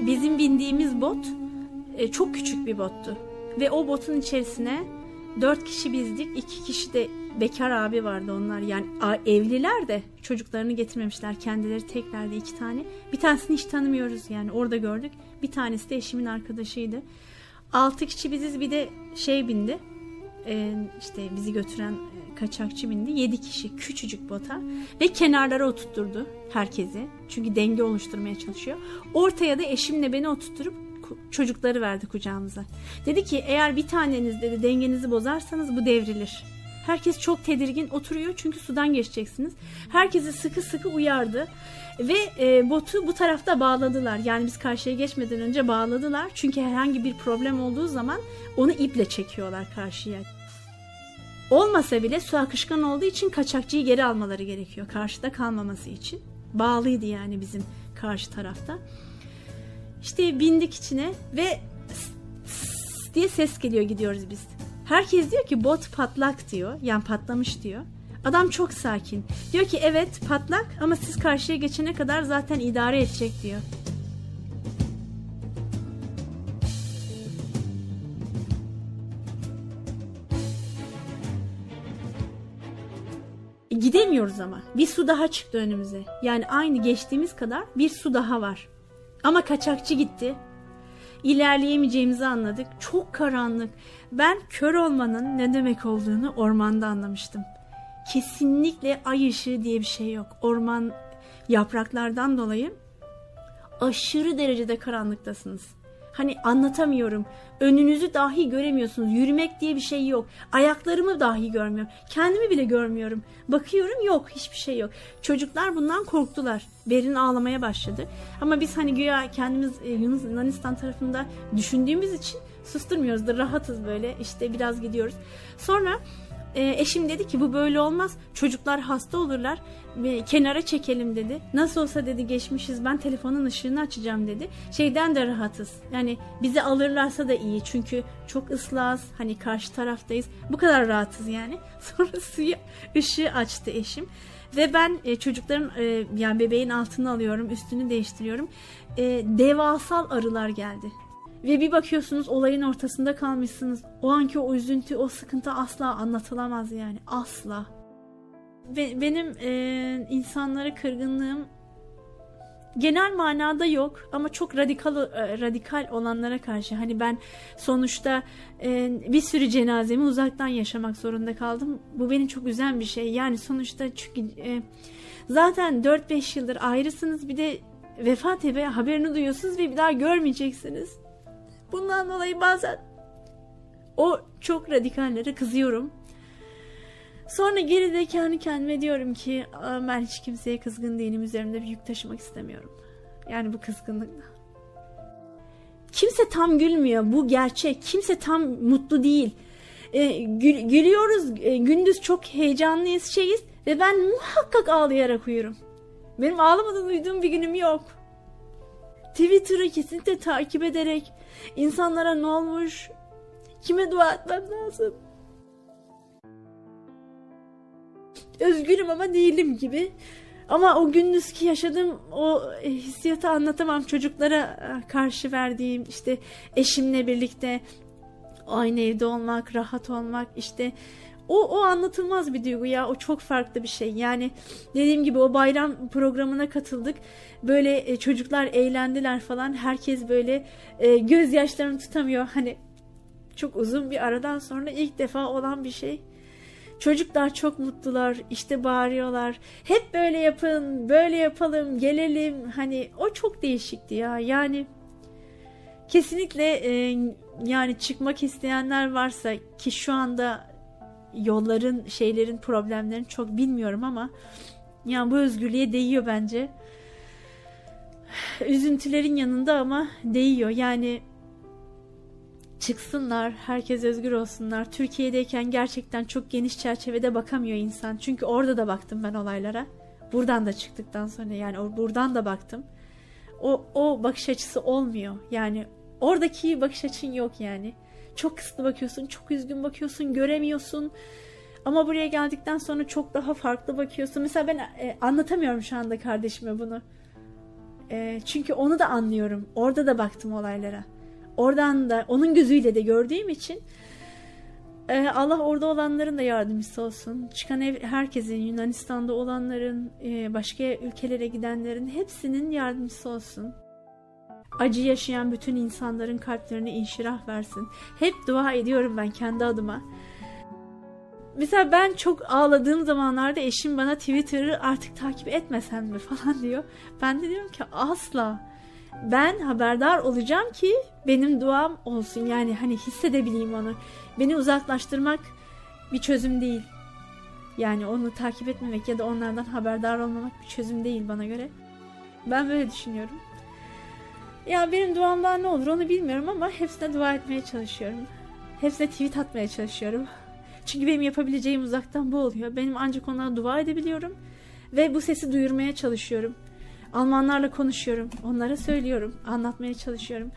bizim bindiğimiz bot çok küçük bir bottu. Ve o botun içerisine 4 kişi bizdik. 2 kişi de bekar abi vardı onlar. Yani evliler de çocuklarını getirmemişler. Kendileri teklerdi 2 tane. Bir tanesini hiç tanımıyoruz yani, orada gördük. Bir tanesi de eşimin arkadaşıydı. 6 kişi biziz, bir de bindi. İşte bizi götüren kaçakçı bindi. 7 kişi küçücük bota ve kenarlara oturtturdu herkesi. Çünkü denge oluşturmaya çalışıyor. Ortaya da eşimle beni oturtturup çocukları verdi kucağımıza. Dedi ki eğer bir taneniz dedi dengenizi bozarsanız bu devrilir. Herkes çok tedirgin oturuyor çünkü sudan geçeceksiniz. Herkesi sıkı sıkı uyardı ve botu bu tarafta bağladılar. Yani biz karşıya geçmeden önce bağladılar. Çünkü herhangi bir problem olduğu zaman onu iple çekiyorlar karşıya. Olmasa bile su akışkan olduğu için kaçakçıyı geri almaları gerekiyor. Karşıda kalmaması için. Bağlıydı yani bizim karşı tarafta. İşte bindik içine ve diye ses geliyor, gidiyoruz biz. Herkes diyor ki bot patlak diyor. Yani patlamış diyor. Adam çok sakin. Diyor ki evet patlak ama siz karşıya geçene kadar zaten idare edecek diyor. Gidemiyoruz ama. Bir su daha çıktı önümüze. Yani aynı geçtiğimiz kadar bir su daha var. Ama kaçakçı gitti. İlerleyemeyeceğimizi anladık. Çok karanlık. Ben kör olmanın ne demek olduğunu ormanda anlamıştım. Kesinlikle ay ışığı diye bir şey yok. Orman yapraklardan dolayı aşırı derecede karanlıktasınız. Hani anlatamıyorum. Önünüzü dahi göremiyorsunuz. Yürümek diye bir şey yok. Ayaklarımı dahi görmüyorum. Kendimi bile görmüyorum. Bakıyorum yok. Hiçbir şey yok. Çocuklar bundan korktular. Berin ağlamaya başladı. Ama biz hani güya kendimiz Yunanistan tarafında düşündüğümüz için susturmuyoruz da rahatız böyle. İşte biraz gidiyoruz. Sonra eşim dedi ki bu böyle olmaz. Çocuklar hasta olurlar. Kenara çekelim dedi. Nasıl olsa dedi geçmişiz. Ben telefonun ışığını açacağım dedi. Şeyden de rahatız. Yani bizi alırlarsa da iyi. Çünkü çok ıslahız. Hani karşı taraftayız. Bu kadar rahatız yani. Sonra ışığı açtı eşim. Ve ben çocukların yani bebeğin altını alıyorum. Üstünü değiştiriyorum. Devasal arılar geldi. Ve bir bakıyorsunuz olayın ortasında kalmışsınız. O anki o üzüntü, o sıkıntı asla anlatılamaz yani. Asla. Benim insanlara kırgınlığım genel manada yok ama çok radikal olanlara karşı. Hani ben sonuçta bir sürü cenazemi uzaktan yaşamak zorunda kaldım. Bu beni çok üzen bir şey. Yani sonuçta çünkü zaten 4-5 yıldır ayrısınız. Bir de vefat haberini duyuyorsunuz ve bir daha görmeyeceksiniz. Bundan dolayı bazen o çok radikallere kızıyorum. Sonra geride kendi kendime diyorum ki ben hiç kimseye kızgın değilim. Üzerimde bir yük taşımak istemiyorum. Yani bu kızgınlıkla. Kimse tam gülmüyor. Bu gerçek. Kimse tam mutlu değil. Gülüyoruz. Gündüz çok heyecanlıyız ve ben muhakkak ağlayarak uyurum. Benim ağlamadan uyuduğum bir günüm yok. Twitter'ı kesinlikle takip ederek insanlara ne olmuş, kime dua etmem lazım. Özgürüm ama değilim gibi. Ama o gündüzki yaşadığım o hissiyatı anlatamam. Çocuklara karşı verdiğim, işte eşimle birlikte aynı evde olmak, rahat olmak, işte o anlatılmaz bir duygu ya. O çok farklı bir şey. Yani dediğim gibi o bayram programına katıldık. Böyle çocuklar eğlendiler falan. Herkes böyle gözyaşlarını tutamıyor. Hani çok uzun bir aradan sonra ilk defa olan bir şey. Çocuklar çok mutlular. İşte bağırıyorlar. Hep böyle yapın, böyle yapalım, gelelim. Hani o çok değişikti ya. Yani kesinlikle yani çıkmak isteyenler varsa ki şu anda yolların, problemlerini çok bilmiyorum ama yani bu özgürlüğe değiyor bence. Üzüntülerin yanında ama değiyor. Yani çıksınlar, herkes özgür olsunlar. Türkiye'deyken gerçekten çok geniş çerçevede bakamıyor insan. Çünkü orada da baktım ben olaylara. Buradan da çıktıktan sonra yani buradan da baktım. O bakış açısı olmuyor. Yani oradaki bakış açın yok yani. Çok kısıtlı bakıyorsun, çok üzgün bakıyorsun, göremiyorsun. Ama buraya geldikten sonra çok daha farklı bakıyorsun. Mesela ben anlatamıyorum şu anda kardeşime bunu. Çünkü onu da anlıyorum. Orada da baktım olaylara. Oradan da onun gözüyle de gördüğüm için Allah orada olanların da yardımcısı olsun. Çıkan herkesin, Yunanistan'da olanların, başka ülkelere gidenlerin hepsinin yardımcısı olsun. Acı yaşayan bütün insanların kalplerine inşirah versin. Hep dua ediyorum ben kendi adıma. Mesela ben çok ağladığım zamanlarda eşim bana Twitter'ı artık takip etmesen mi falan diyor. Ben de diyorum ki asla. Ben haberdar olacağım ki benim duam olsun. Yani hani hissedebileyim onu. Beni uzaklaştırmak bir çözüm değil. Yani onu takip etmemek ya da onlardan haberdar olmamak bir çözüm değil bana göre. Ben böyle düşünüyorum. Ya benim duamdan ne olur onu bilmiyorum ama hepsine dua etmeye çalışıyorum. Hepsine tweet atmaya çalışıyorum. Çünkü benim yapabileceğim uzaktan bu oluyor. Benim ancak onlara dua edebiliyorum. Ve bu sesi duyurmaya çalışıyorum. Almanlarla konuşuyorum. Onlara söylüyorum. Anlatmaya çalışıyorum.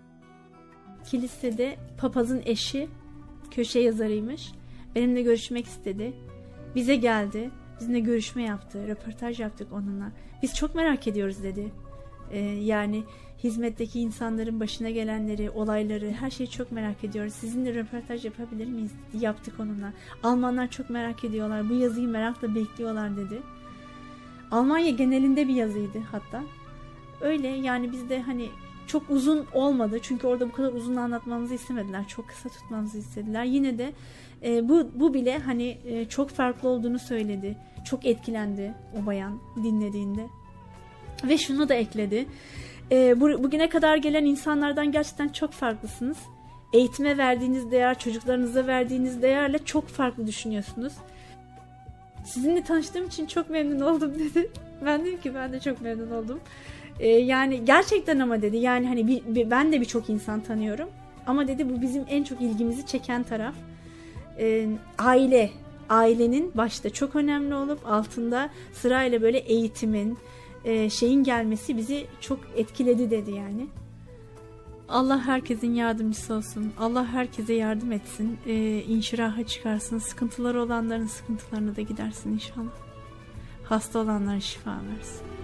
Kilisede papazın eşi köşe yazarıymış. Benimle görüşmek istedi. Bize geldi. Bizimle görüşme yaptı. Röportaj yaptık onunla. Biz çok merak ediyoruz dedi. Yani hizmetteki insanların başına gelenleri, olayları, her şeyi çok merak ediyoruz. Sizinle röportaj yapabilir miyiz? Yaptık onunla. Almanlar çok merak ediyorlar. Bu yazıyı merakla bekliyorlar dedi. Almanya genelinde bir yazıydı hatta. Öyle yani biz de hani çok uzun olmadı. Çünkü orada bu kadar uzun anlatmamızı istemediler. Çok kısa tutmamızı istediler. Yine de bu bile hani çok farklı olduğunu söyledi. Çok etkilendi o bayan dinlediğinde. Ve şunu da ekledi. Bugüne kadar gelen insanlardan gerçekten çok farklısınız. Eğitime verdiğiniz değer, çocuklarınıza verdiğiniz değerle çok farklı düşünüyorsunuz. Sizinle tanıştığım için çok memnun oldum dedi. Ben dedim ki ben de çok memnun oldum. Yani gerçekten ama dedi. Yani hani ben de birçok insan tanıyorum. Ama dedi bu bizim en çok ilgimizi çeken taraf. Ailenin başta çok önemli olup altında sırayla böyle eğitimin, şeyin gelmesi bizi çok etkiledi dedi yani. Allah herkesin yardımcısı olsun. Allah herkese yardım etsin. İnşiraha çıkarsın. Sıkıntıları olanların sıkıntılarını da gidersin inşallah. Hasta olanlara şifa versin.